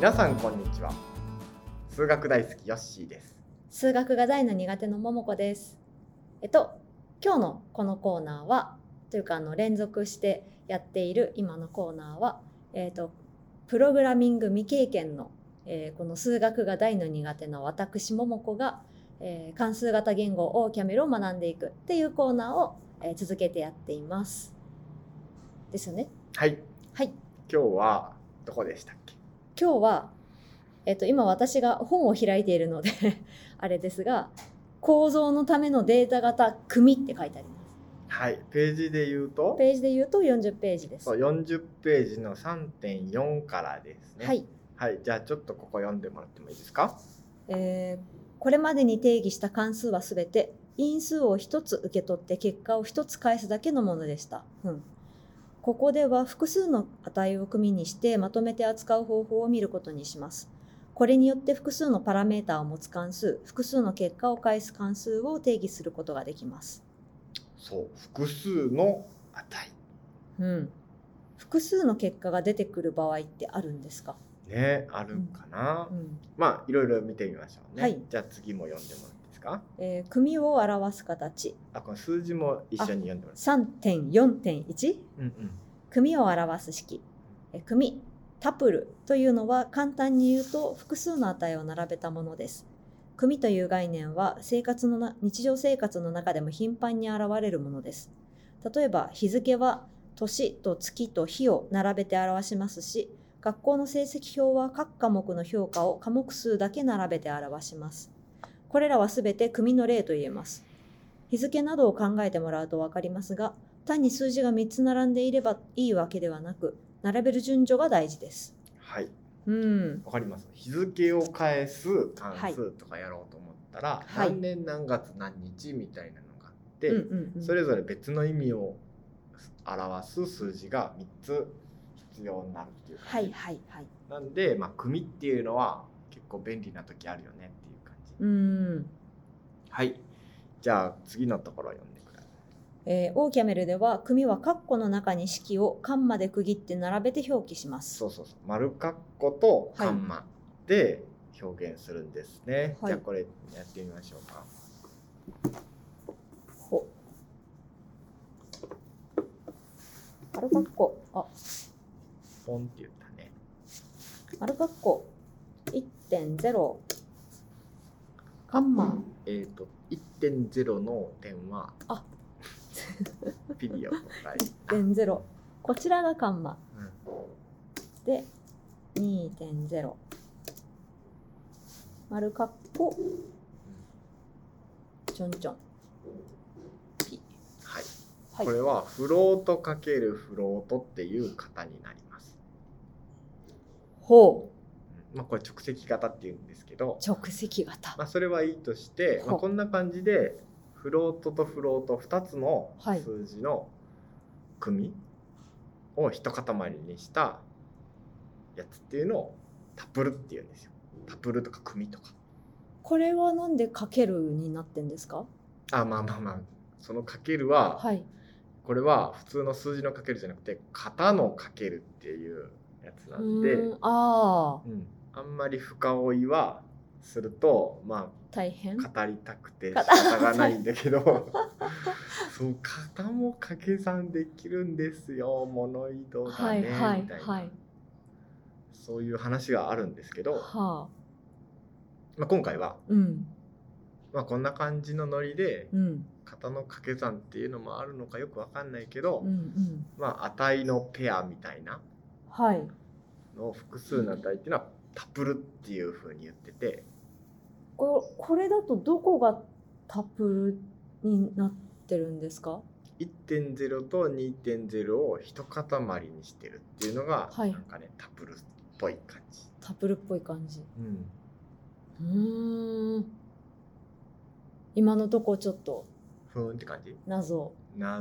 皆さんこんにちは。数学大好きヨッシーです。 数学が大の苦手のももこです。今日のこのコーナーはというか連続してやっている今のコーナーは、プログラミング未経験の、この数学が大の苦手な私ももこが、関数型言語オーキャメルを学んでいくっていうコーナーを、続けてやっていますですよね。 はい、 はい、 今日はどこでしたっけ？ 今日は、今私が本を開いているのであれですが、構造のためのデータ型組って書いてあります。 はい、ページで言うと 40ページです。 そう、40ページの 3.4 からですね。 はい、 はい、じゃあちょっとここ読んでもらってもいいですか？ これまでに定義した関数はすべて因数を1つ受け取って結果を1つ返すだけのものでした。ここでは複数の値を組にしてまとめて扱う方法を見ることにします。これによって複数のパラメータを持つ関数、複数の結果を返す関数を定義することができます。 そう、複数の値。 複数の結果が出てくる場合ってあるんですか？ ね、あるかな。まあいろいろ見てみましょうね。はい、じゃあ次も読んでもらっていいですか？ 組を表す形。 この数字も一緒に読んでもらって。 3.4.1、組を表す式。組タプルというのは簡単に言うと複数の値を並べたものです。組という概念は日常生活の中でも頻繁に現れるものです。例えば日付は年と月と日を並べて表しますし、学校の成績表は各科目の評価を科目数だけ並べて表します。これらはすべて組の例と言えます。日付などを考えてもらうと分かりますが、単に数字が3つ並んでいればいいわけではなく、並べる順序が大事です。 はい。わかります。日付を返す関数とかやろうと思ったら、何年何月何日みたいなのがあって、それぞれ別の意味を表す数字が3つ必要になるっていう感じ。なんで、組っていうのは結構便利な時あるよねっていう感じ。はい。じゃあ次のところを読んでください。 オーキャメルでは組はカッコの中に式をカンマで区切って並べて表記します。 そう。丸カッコとカンマで表現するんですね。じゃあこれやってみましょうか。 丸カッコ、 ポンって言ったね。 丸カッコ 1.0 カンマ。 1.0 の点はピリオドが 1.0、こちらがカンマ、で 2.0 丸カッコちょんちょんピ。 これはフロートかけるフロートっていう型になります。 これ直積型っていうんですけど、 直積型。 それはいいとして、こんな感じでフロートとフロート2つの数字の組を一塊にしたやつっていうのをタプルっていうんですよ。タプルとか組とか。 これはなんでかけるになってんですか？ そのかけるは、これは普通の数字のかけるじゃなくて型のかけるっていうやつなんで、あんまり深追いはすると大変語りたくて仕方がないんだけどそう型も掛け算できるんですよ、モノイドがねみたいな、そういう話があるんですけど、今回は、こんな感じのノリで、型の掛け算っていうのもあるのかよくわかんないけど、値のペアみたいなの複数の値っていうのはタプルっていう風に言ってて、 これだとどこがタプルになってるんですか？ 1.0 と 2.0 を一塊にしてるっていうのが、なんかね、タプルっぽい感じ。 タプルっぽい感じ。今のとこちょっとふーんって感じ。 謎。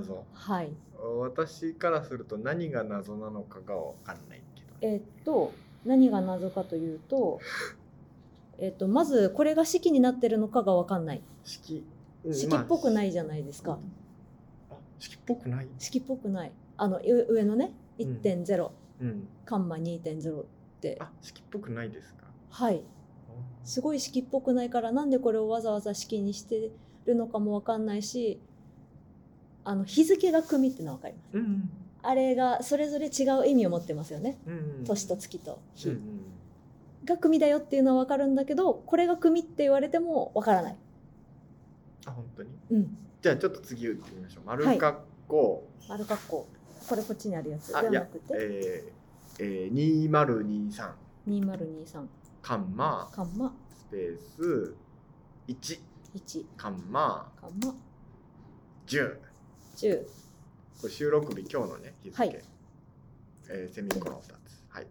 私からすると何が謎なのかがわかんないけど。何が謎かというとまずこれが式になってるのかがわかんない。式っぽくないじゃないですか。 式っぽくない。 式っぽくない。上のね 1.0、カンマ 2.0 。 式っぽくないですか？ はい。すごい式っぽくないから、なんでこれをわざわざ式にしてるのかもわかんないし、日付が組ってのはわかります。あれがそれぞれ違う意味を持ってますよね。年と月と日が組だよっていうのはわかるんだけど、これが組って言われてもわからない。 本当に？じゃあちょっと次打ってみましょう。丸括弧。 丸括弧。これこっちにあるやつではなくて。 2023。 2023。 カンマ。スペース1。カンマ。10。これ収録日、今日のね、日付。セミコロン2つ。はい。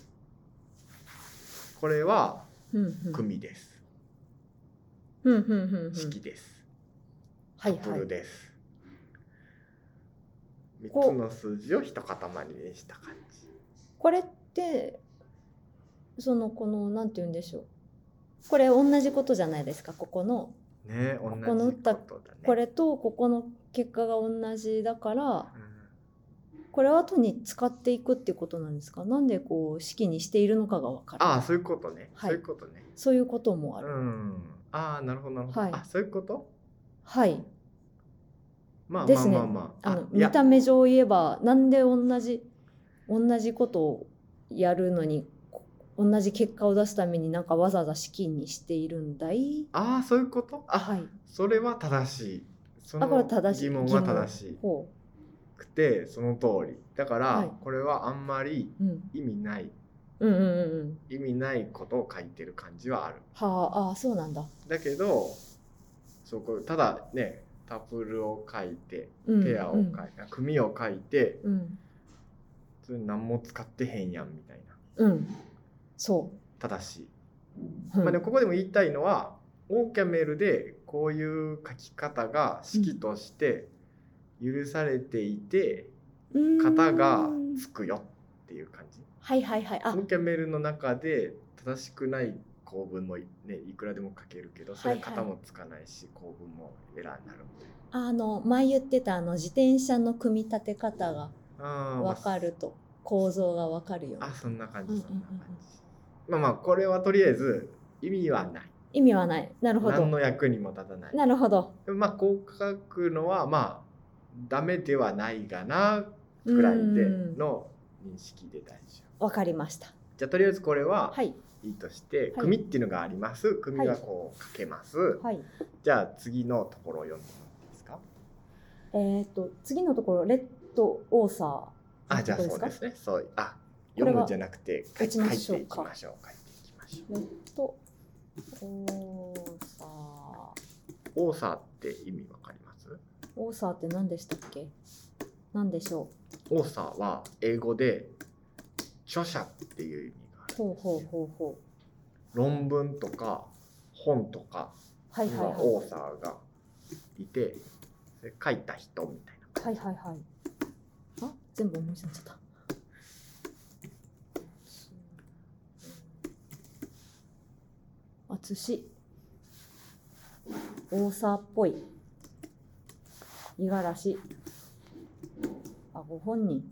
これは組です。式です。タプルです。3つの数字を一塊にした感じ。 これってこのなんて言うんでしょう。これ同じことじゃないですか。ここのね、 ここの打ったこれとここの結果が同じだから、これを後に使っていくっていうことなんですか？なんでこう式にしているのかが分かる。 そういうことね。そういうことね。 そういうこともある。 なるほどなるほど。そういうこと？ はい。ですね。見た目上言えば、なんで同じことをやるのに同じ結果を出すためになんかわざわざ式にしているんだい？ そういうこと？それは正しい。その疑問は正しくて、その通り。だから、これはあんまり意味ない。意味ないことを書いてる感じはある。 そうなんだ。 だけど、ただね、タプルを書いて、ペアを書いて、組を書いて、それ何も使ってへんやんみたいな。正しい。でもここでも言いたいのは、OCamlでこういう書き方が式として許されていて、型がつくよっていう感じ。OCamlの中で正しくない構文もね、いくらでも書けるけど、それ型もつかないし、構文もエラーになるみたいな。 前言ってた自転車の組み立て方が分かると、構造が分かるように。 そんな感じ、そんな感じ。これはとりあえず意味はない。 意味はない。なるほど。 何の役にも立たない。 なるほど。 でもこう書くのはダメではないがなぐらいでの認識で大丈夫。 わかりました。 じゃあとりあえずこれはいいとして、組っていうのがあります。組はこう書けます。じゃあ次のところを読んでもらっていいですか？ 次のところ、レッドオーサー。 じゃあそうですね。読むんじゃなくて書いていきましょう。 レッドオーサー。 オーサーって意味わかります？ オーサーって何でしたっけ？何でしょう？オーサーは英語で著者っていう意味があるんですよ。論文とか本とかにはオーサーがいて、書いた人みたいな。 全部思い出しちゃった。淳、大沢っぽい、五十嵐、ご本人、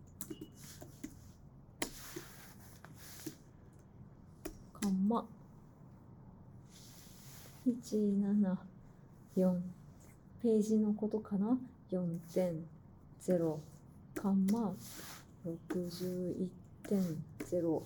かま、174ページのことかな。4.0カンマ 61.0。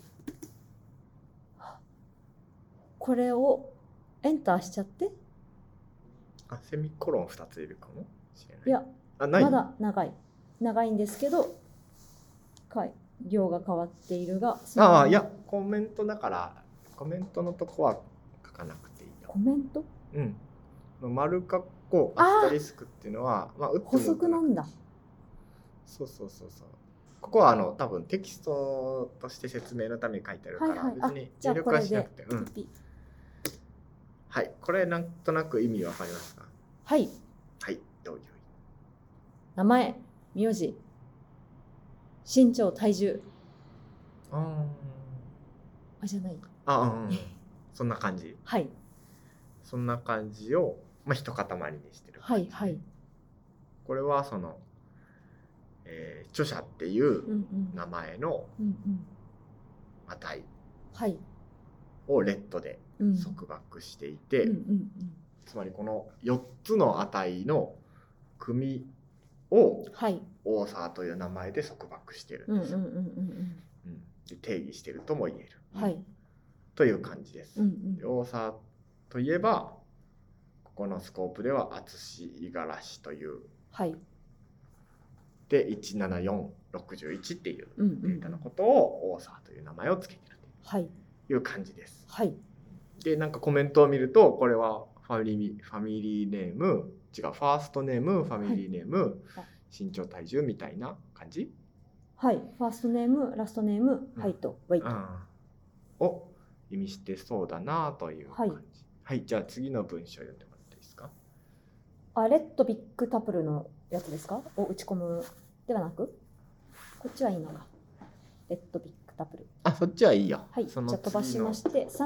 これをエンターしちゃって。 セミコロン2ついるかもしれない。 いや、まだ長いんですけど、行が変わっているが。 いや、コメントだから、コメントのとこは書かなくていいよ。 コメント？ 丸括弧アスタリスクっていうのは、 補足なんだ。 そう。ここは多分テキストとして説明のために書いてあるから、別に入力はしなくて。これなんとなく意味わかりますか？どういう意味？ 名前、名字、身長、体重。じゃない。 そんな感じ。そんな感じを一塊にしてる。これは著者っていう名前の値はいをレッドで束縛していて、つまりこの4つの値の組をオーサーという名前で束縛してるんですよ。定義してるとも言える、 はい、 という感じです。でオーサーといえばここのスコープでは厚し五十嵐という、 はい、 で17461っていうデータのことをオーサーという名前をつけているという感じです。 はい、 でなんかコメントを見るとこれはファミリーネーム違うファーストネームファミリーネーム、はい、身長体重みたいな感じ。 はい、ファーストネームラストネーム、ハイトウェイトを意味してそうだなという感じ。はい、じゃあ次の文章を読んでもらっていいですか。 レッドビッグタプルのやつですかを打ち込むではなく、こっちはいいのか。レッドビッグタプル。 そっちはいいよ。 はい、じゃあ飛ばしまして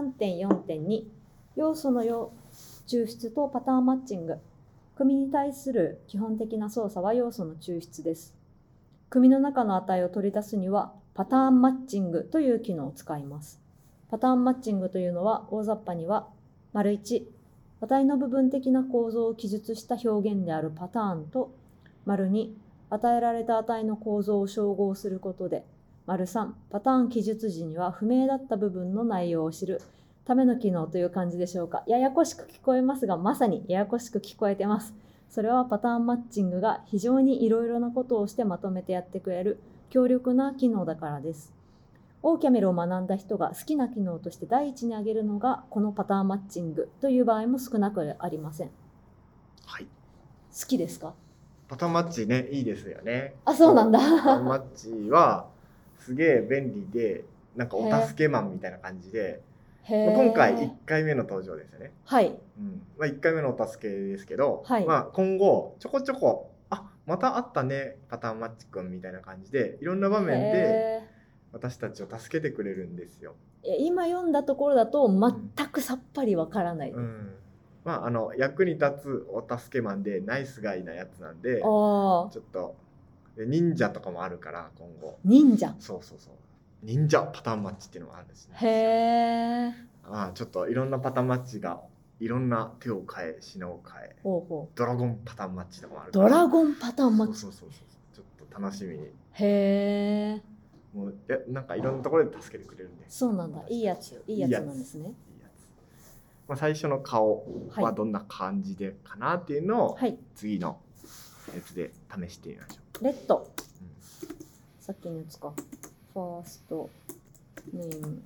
3.4.2 要素の抽出とパターンマッチング。組に対する基本的な操作は要素の抽出です。組の中の値を取り出すにはパターンマッチングという機能を使います。パターンマッチングというのは大雑把には 1値の部分的な構造を記述した表現であるパターンと 2与えられた値の構造を照合することで 3パターン記述時には不明だった部分の内容を知るための機能という感じでしょうか。ややこしく聞こえますが、まさにややこしく聞こえてます。それはパターンマッチングが非常にいろいろなことをしてまとめてやってくれる強力な機能だからです。OCamlを学んだ人が好きな機能として第一に挙げるのがこのパターンマッチングという場合も少なくありません。 はい。 好きですか？ パターンマッチね、いいですよね。 そうなんだ。 パターンマッチはすげえ便利で、なんかお助けマンみたいな感じで、今回1回目の登場ですよね。 はい。 1回目のお助けですけど、 はい、 今後ちょこちょこまたあったねパターンマッチくんみたいな感じでいろんな場面で私たちを助けてくれるんですよ。 今読んだところだと全くさっぱりわからないです。 役に立つお助けマンでナイスガイなやつなんで、ちょっと忍者とかもあるから今後。 忍者。 そう。忍者パターンマッチっていうのがあるんですね。 へー。ちょっといろんなパターンマッチがいろんな手を変え品を変え、ドラゴンパターンマッチとかもあるから。 ドラゴンパターンマッチ。 そう。ちょっと楽しみに。 へー。 もうなんかいろんなところで助けてくれるんで。 そうなんだ。いいやつなんですね。 最初の顔はどんな感じでかなっていうのを次のやつで試してみましょう。レッド。さっきのやつか。ファーストネーム。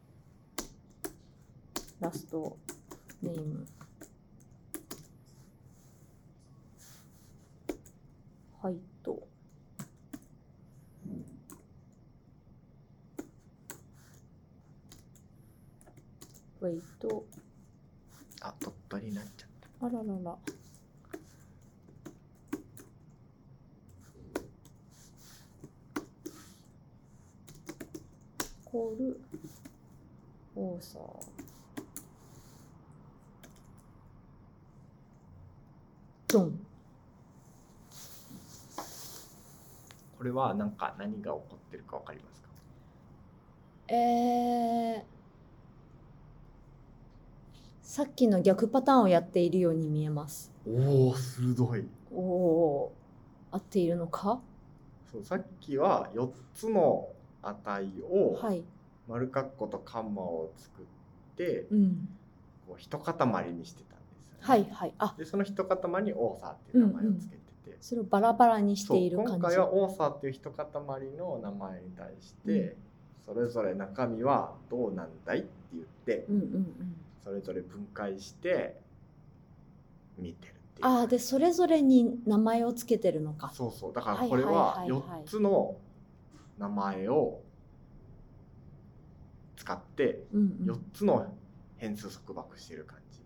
ラストネーム。ハイト。ウェイト。 鳥取になっちゃった。 あららら。コールオーサー。ドン。 これは何が起こってるか分かりますか？ さっきの逆パターンをやっているように見えます。 おお、鋭い。 合っているのか？ そう、さっきは4つの値を丸括弧とカンマを作って、こう一塊にしてたんですよね。でその一塊にオーサーっていう名前をつけてて、 それをバラバラにしている感じ。 今回はオーサーっていう一塊の名前に対して、それぞれ中身はどうなんだいって言って、それぞれ分解して見てるっていう。 でそれぞれに名前をつけてるのか。 そうだからこれは4つの名前を使って4つの変数束縛してる感じ。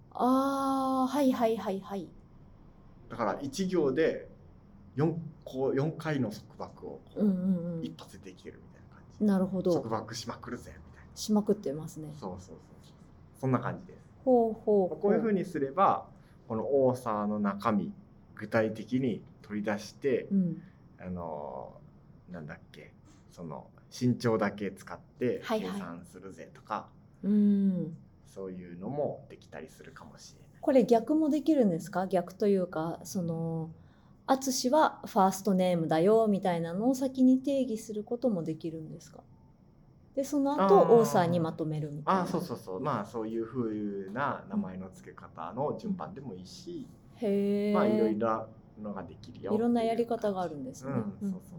だから1行で4回の束縛を一発でできてるみたいな感じ。 なるほど。 束縛しまくるぜみたいな。 しまくってますね。 そうそんな感じです。 こういうふうにすればこのオーサーの中身具体的に取り出して、なんだっけ、 その身長だけ使って計算するぜとか、そういうのもできたりするかもしれない。 これ逆もできるんですか？逆というか、その淳はファーストネームだよみたいなのを先に定義することもできるんですか？でその後オーサーにまとめるみたいな。 そうそうそう、まあそういう風な名前の付け方の順番でもいいし、 へえ。 まあいろいろのができるよ。 いろんなやり方があるんですね。 そうそうそう。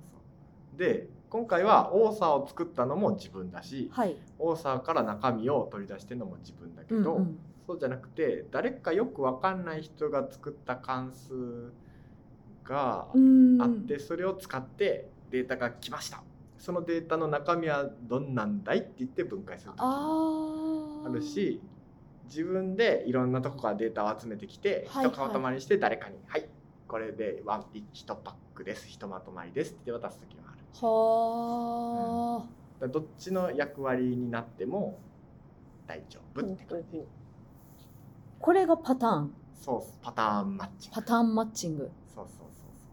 で今回はオーサーを作ったのも自分だし、オーサーから中身を取り出してるのも自分だけど、そうじゃなくて誰かよく分かんない人が作った関数があって、それを使ってデータが来ました。そのデータの中身はどんなんだいって言って分解する時もあるし、自分でいろんなとこからデータを集めてきて、一塊にして誰かに「はいこれで1パックです、ひとまとまりです」って渡す時もある。どっちの役割になっても大丈夫って感じ。 これがパターン。 そう、パターンマッチング。 パターンマッチング。 そうそう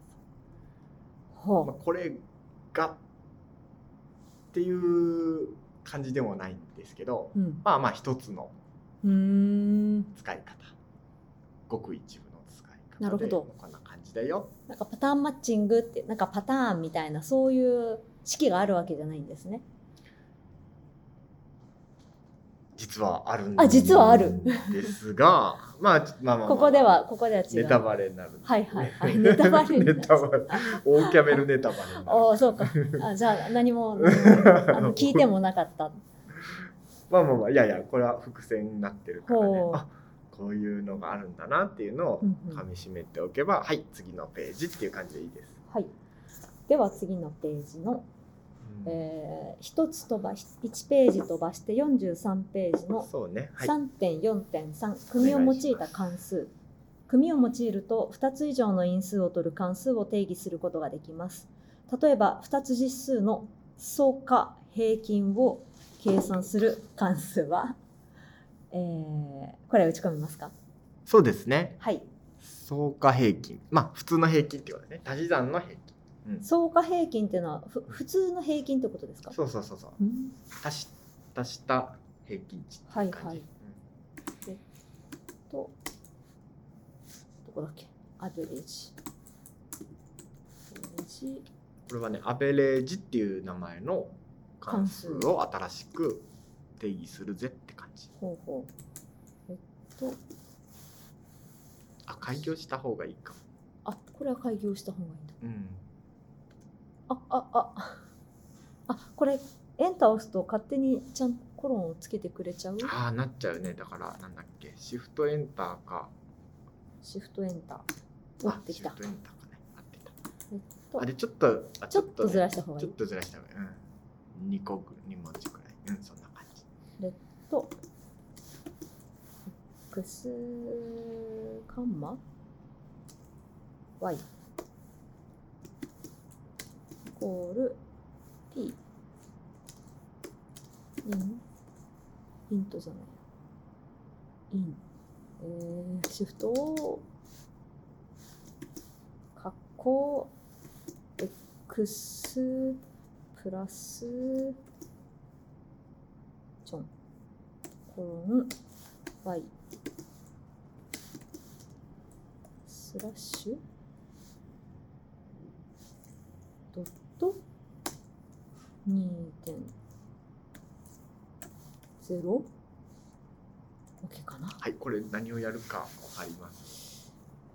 そうそう。これがっていう感じでもないんですけど、まあまあ一つの使い方、ごく一部の使い方で、なるほど、こんな感じだよ。 なんかパターンマッチングってなんかパターンみたいなそういう式があるわけじゃないんですね。 実はあるんです。 実はあるですが、まあここでは違う。 ネタバレになる。 はい。ネタバレ。 ネタバレ。大キャメルネタバレになる。 そうか。じゃあ何も聞いてもなかった。 まあいやこれは伏線になってるからね。こういうのがあるんだなっていうのを噛み締めておけば、はい、次のページっていう感じでいいです。 はい。では次のページの1ページ飛ばして43ページの 3.4.3 組を用いた関数。組を用いると2つ以上の因数を取る関数を定義することができます。例えば2つ実数の相加平均を計算する関数は、これ打ち込みますか？ そうですね。 はい。 相加平均。まあ普通の平均っていうことですね。足し算の平均。 相加平均っていうのは普通の平均ってことですか？ そう。足した平均値っていう感じ。 どこだっけ？アベレージ。 これはね、アベレージっていう名前の関数を新しく定義するぜって感じ。開業した方がいいかも。 これは開業した方がいいんだ。これエンター押すと勝手にちゃんとコロンをつけてくれちゃう？ なっちゃうね。だからなんだっけ、シフトエンターか。 シフトエンター。持ってきた。 シフトエンターかね。合ってた。でちょっとずらした方がいい。 ちょっとずらした方がいい。2文字くらい。そんな感じ。 x カンマ y イコール p イントじゃないシフトを括弧 x プラスコロン y スラッシュドット 2.0 OK かな。 はい、これ何をやるかわかります？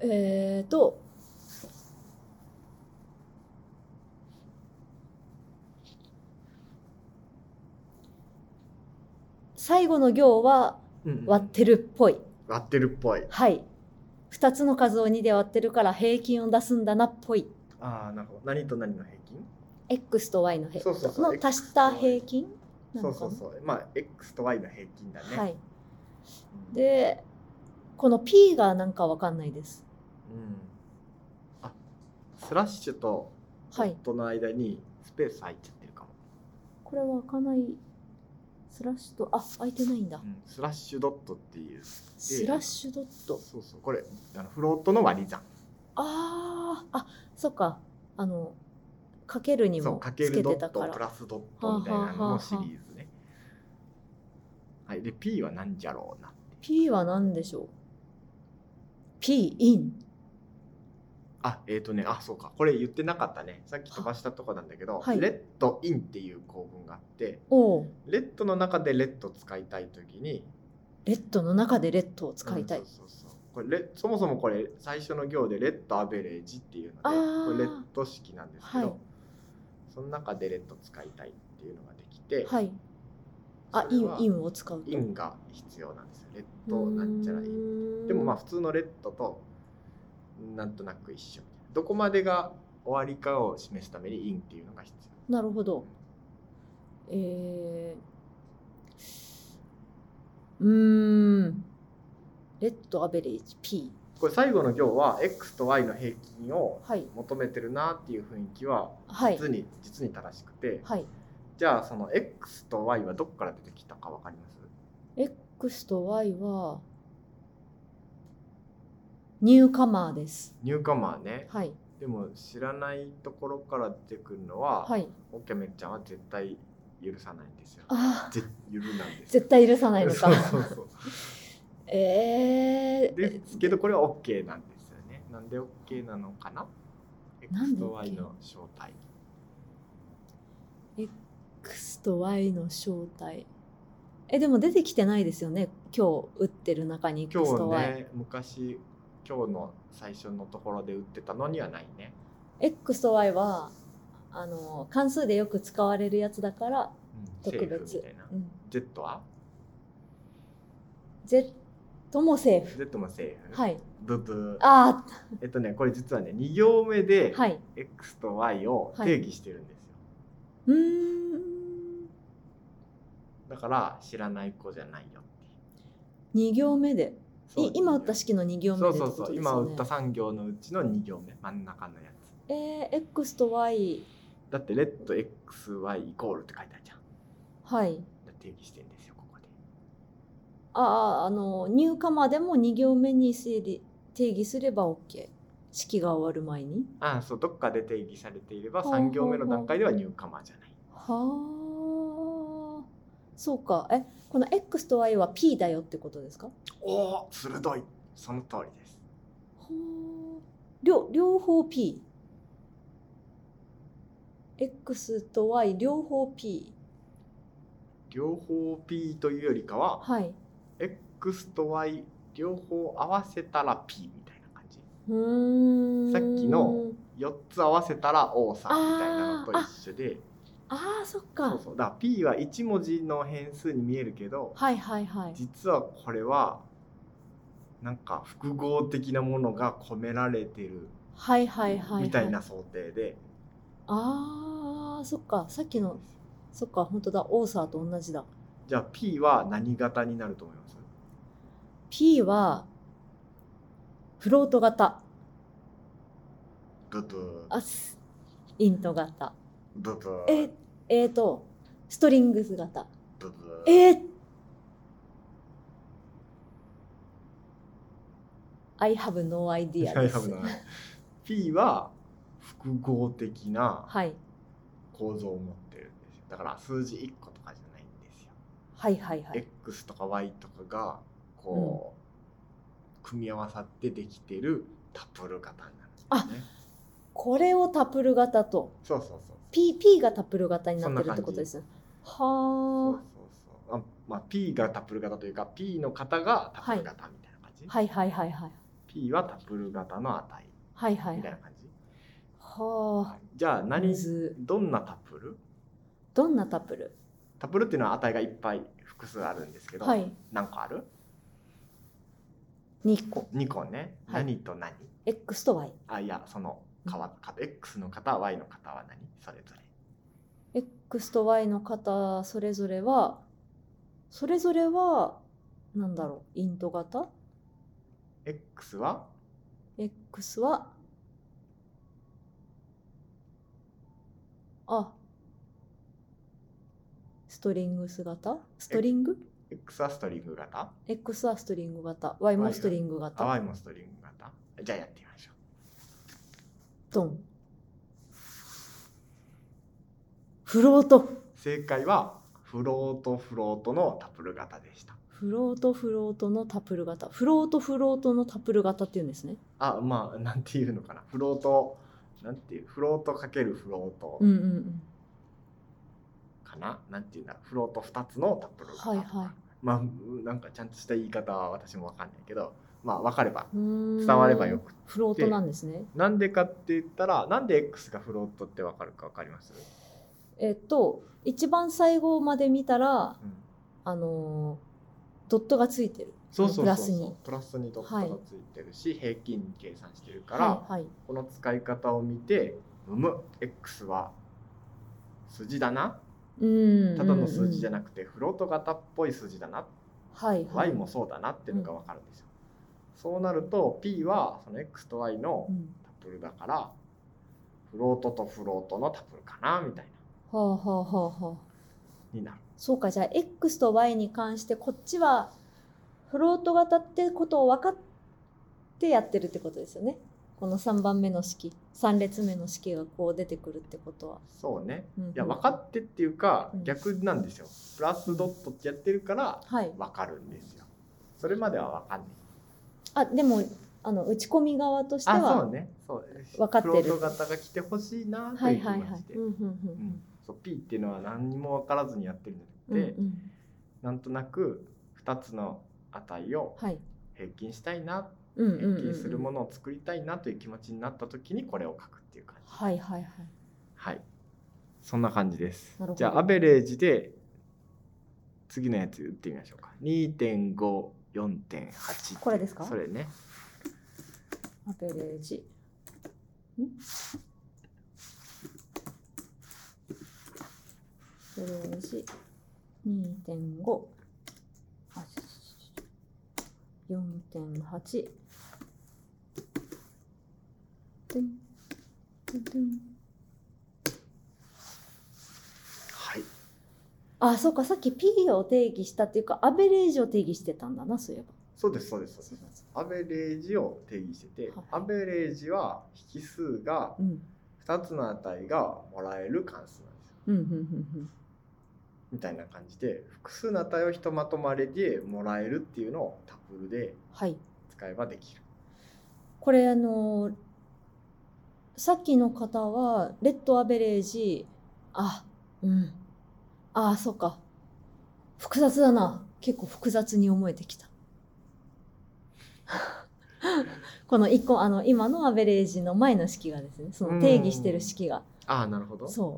最後の行は割ってるっぽい。 割ってるっぽい。 はい。2つの数を2で割ってるから平均を出すんだなっぽい。 なるほど。何と何の平均？ X と Y の平均の足した平均？ そう。まあ X と Y の平均だね。 はい。で、この P がなんかわかんないです。 スラッシュとドットの間にスペース入っちゃってるかも。 これは開かない。スラッシュと開いてないんだ。 スラッシュドットっていう。 スラッシュドット。 そう。これフロートの割り算。 そっか。 かけるにもかけつけるドットてたから。 プラスドットみたいなののシリーズね。はい、で P は何じゃろうな。 P は何でしょう。 P イン。 そうか、これ言ってなかったね。さっき飛ばしたとこなんだけど、 はい、 レッドインっていう構文があって、レッドの中でレッド使いたいときに、 レッドの中でレッドを使いたい。 これそもそもこれ最初の行でレッドアベレージっていうので、これレッド式なんですけど、はい、その中でレッド使いたいっていうのができて、 はい、インを使うと。 インが必要なんですよ。レッドなんちゃらイン。でもまあ普通のレッドとなんとなく一緒。どこまでが終わりかを示すためにインっていうのが必要。 なるほど。レッドアベレージ P。 これ最後の行は X と Y の平均を求めてるなっていう雰囲気は実に正しくて、はい、じゃあその X と Y はどこから出てきたか分かります？ X と Y はニューカマーです。 ニューカマーね。 はい。 でも知らないところから出てくるのは、はい、オッケーめっちゃんは絶対許さないんですよ。許なんです。 絶対許さないのか。 そうですけどこれは OK なんですよね。なんで OK なのかな？ X と Y の正体。 X と Y の正体。でも出てきてないですよね。今日打ってる中に X と Y。 今日ね、昔今日の最初のところで打ってたのにはないね。 X と Y は関数でよく使われるやつだから特別。 Z は ？Z もセーフ。 Z もセーフ。 はい。 ブブー。 これ実はね2行目で X と Y を定義してるんですよ。だから知らない子じゃないよっていう。 2行目で今打った式の2行目でってことですよね。 今打った3行のうちの2行目、真ん中のやつ。 X と Y だってレッド XY イコールって書いてあるじゃん。 はい。 定義してんですよここで。 ニューカマーでも2行目に定義すれば OK。式が終わる前に。 そう、どっかで定義されていれば3行目の段階ではニューカマーじゃない。 はあ、そうか。この X と Y は P だよってことですか？ おー、鋭い。その通りです。 両方 P。X と Y 両方 P。 両方 P というよりかは、はい、X と Y 両方合わせたら P みたいな感じ。さっきの4つ合わせたら O さんみたいなのと一緒で。 そっか。 だから P は1文字の変数に見えるけど、 はいはいはい、実はこれはなんか複合的なものが込められてるみたいな想定で。 そっか。さっきのそっか、本当だ。オーサーと同じだ。 じゃあ P は何型になると思います？ P はフロート型。 ブブー。イント型。 ブブストリングス型。 ブブ I have no idea です。 P は複合的な構造を持ってるんですよ。だから数字1個とかじゃないんですよ。 はいはいはい。 X とか Y とかがこう、組み合わさってできてるタプル型になるんですね。 これをタプル型と。 そう。 P がタプル型になってるってことです。はあ。P がタプル型というか P の型がタプル型みたいな感じ。 はい。 P はタプル型の値。みたいな感じ。 はあ。 じゃあどんなタプル？タプルっていうのは値がいっぱい複数あるんですけど、何個ある ？2個。 2個ね。何と何？ X と Y。 いや、そのX の型 Y の型は何？それぞれ。X と Y の型それぞれはなんだろう、イント型？ X はストリングス型？ストリング？ X はストリング型？ X はストリング型。Y もストリング型。 Y もストリング型。じゃあやってみましょう。 ドン。 フロート。 正解はフロートのタプル型でした。 フロートのタプル型。フロートのタプル型っていうんですね。 まあなんていうのかな。フロートかけるフロートかな。なんていうんだろう。フロート2つのタプル型とか。まあなんかちゃんとした言い方は私もわかんないけど、まあ分かれば伝わればよくて。 フロートなんですね。 なんでかって言ったら、なんで X がフロートってわかるかわかります？ 一番最後まで見たら、ドットがついてる。 プラスにドットがついてるし、平均に計算してるから、この使い方を見て、X は数字だな、ただの数字じゃなくてフロート型っぽい数字だな、Y もそうだなっていうのが分かるんですよ。そうなると P はその X と Y のタプルだから、フロートとフロートのタプルかなみたいなになる。 そうか、じゃあ X と Y に関してこっちはフロート型ってことを分かってやってるってことですよね。この3番目の式、3列目の式がこう出てくるってことは。 そうね。いや分かってっていうか、逆なんですよ。プラスドットってやってるから分かるんですよ。それまでは分かんない。 でも打ち込み側としてはそうね。 分かってる。 フロート型が来てほしいなという気持ちで。P っていうのは何にも分からずにやってるんじゃなくて、なんとなく2つの値を平均したいな、平均するものを作りたいなという気持ちになった時にこれを書くっていう感じ。はい。そんな感じです。じゃあアベレージで次のやつ打ってみましょうか。2.5、4.8。 これですか？ それね。 アベレージ。アベレージ 2.5、4.8。 はい。 そうか、さっき P を定義したっていうか、アベレージを定義してたんだな、そういえば。 そうです。アベレージを定義してて、アベレージは引数が2つの値がもらえる関数なんですよ。みたいな感じで、複数の値をひとまとまりでもらえるっていうのをタプルで使えばできる。 これさっきの方はレッドアベレージ、そうか、複雑だな。結構複雑に思えてきた。この1個今のアベレージの前の式がですね、その定義してる式が。 なるほど。 そう。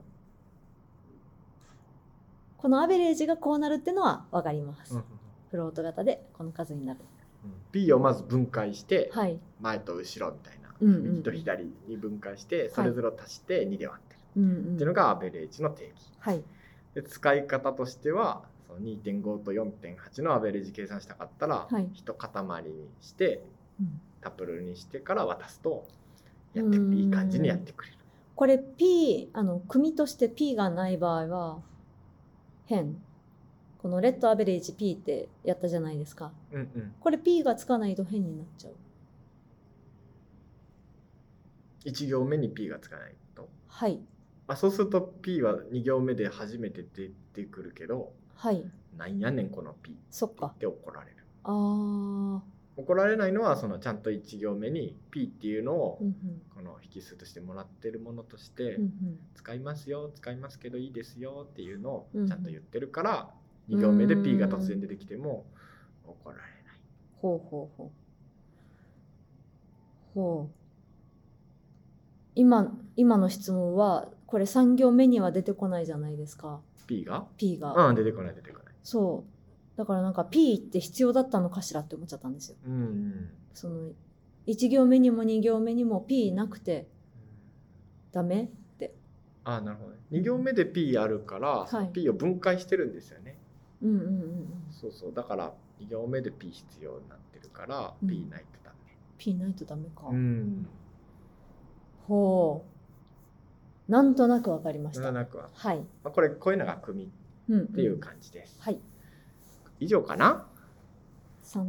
このアベレージがこうなるっていうのは分かります。フロート型でこの数になる。 P をまず分解して、前と後ろみたいな、右と左に分解して、それぞれを足して2で割ってるっていうのがアベレージの定義。で使い方としては、その 2.5 と 4.8 のアベレージ計算したかったら、一塊にしてタプルにしてから渡すといい感じにやってくれる。 これ P 組として P がない場合は変。このレッドアベレージ P ってやったじゃないですか。これ P がつかないと変になっちゃう。 1行目に P がつかないと。そうすると P は2行目で初めて出てくるけど、なんやねんこの P って怒られる。怒られないのはそのちゃんと1行目に P っていうのをこの引数としてもらってるものとして使いますよ、使いますけどいいですよっていうのをちゃんと言ってるから、2行目で P が突然出てきても怒られない。 今の質問はこれ3行目には出てこないじゃないですか。 P が出てこない。 そうだからなんか P って必要だったのかしらって思っちゃったんですよ。その1行目にも2行目にも P なくてダメって。 なるほどね。2行目で P あるから、P を分解してるんですよね。そうだから2行目で P 必要になってるから、P ないとダメ。 P ないとダメか。なんとなくわかりました。こういうのが組っていう感じです。以上かな。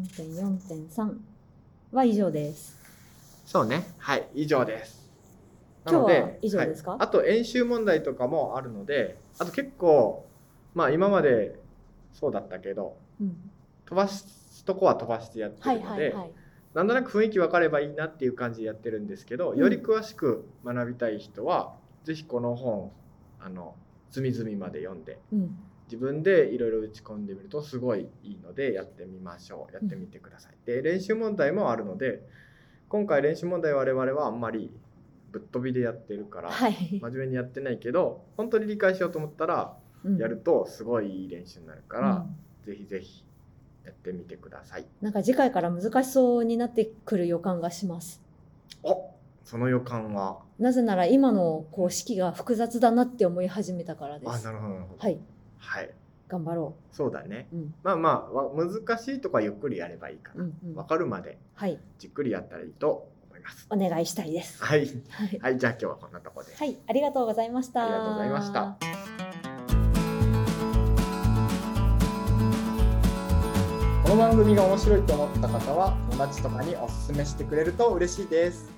3.4.3 は以上です。 そうね。以上です。 なので今日は以上ですか？ あと演習問題とかもあるので、あと結構今までそうだったけど、飛ばすとこは飛ばしてやってるので、なんとなく雰囲気分かればいいなっていう感じでやってるんですけど、より詳しく学びたい人はぜひこの本隅々まで読んで、自分でいろいろ打ち込んでみるとすごいいいのでやってみましょう。やってみてください。で、練習問題もあるので、今回練習問題我々はあんまりぶっ飛びでやってるから、真面目にやってないけど、本当に理解しようと思ったらやるとすごいいい練習になるから、ぜひぜひやってみてください。 なんか次回から難しそうになってくる予感がします。 その予感は？ なぜなら今の式が複雑だなって思い始めたからです。 なるほど。 はい。頑張ろう。そうだね。難しいとかゆっくりやればいいかな。分かるまでじっくりやったらいいと思います。 お願いしたいです。 はい。じゃあ今日はこんなところで。 はい。ありがとうございました。 ありがとうございました。この番組が面白いと思った方は友達とかにおすすめしてくれると嬉しいです。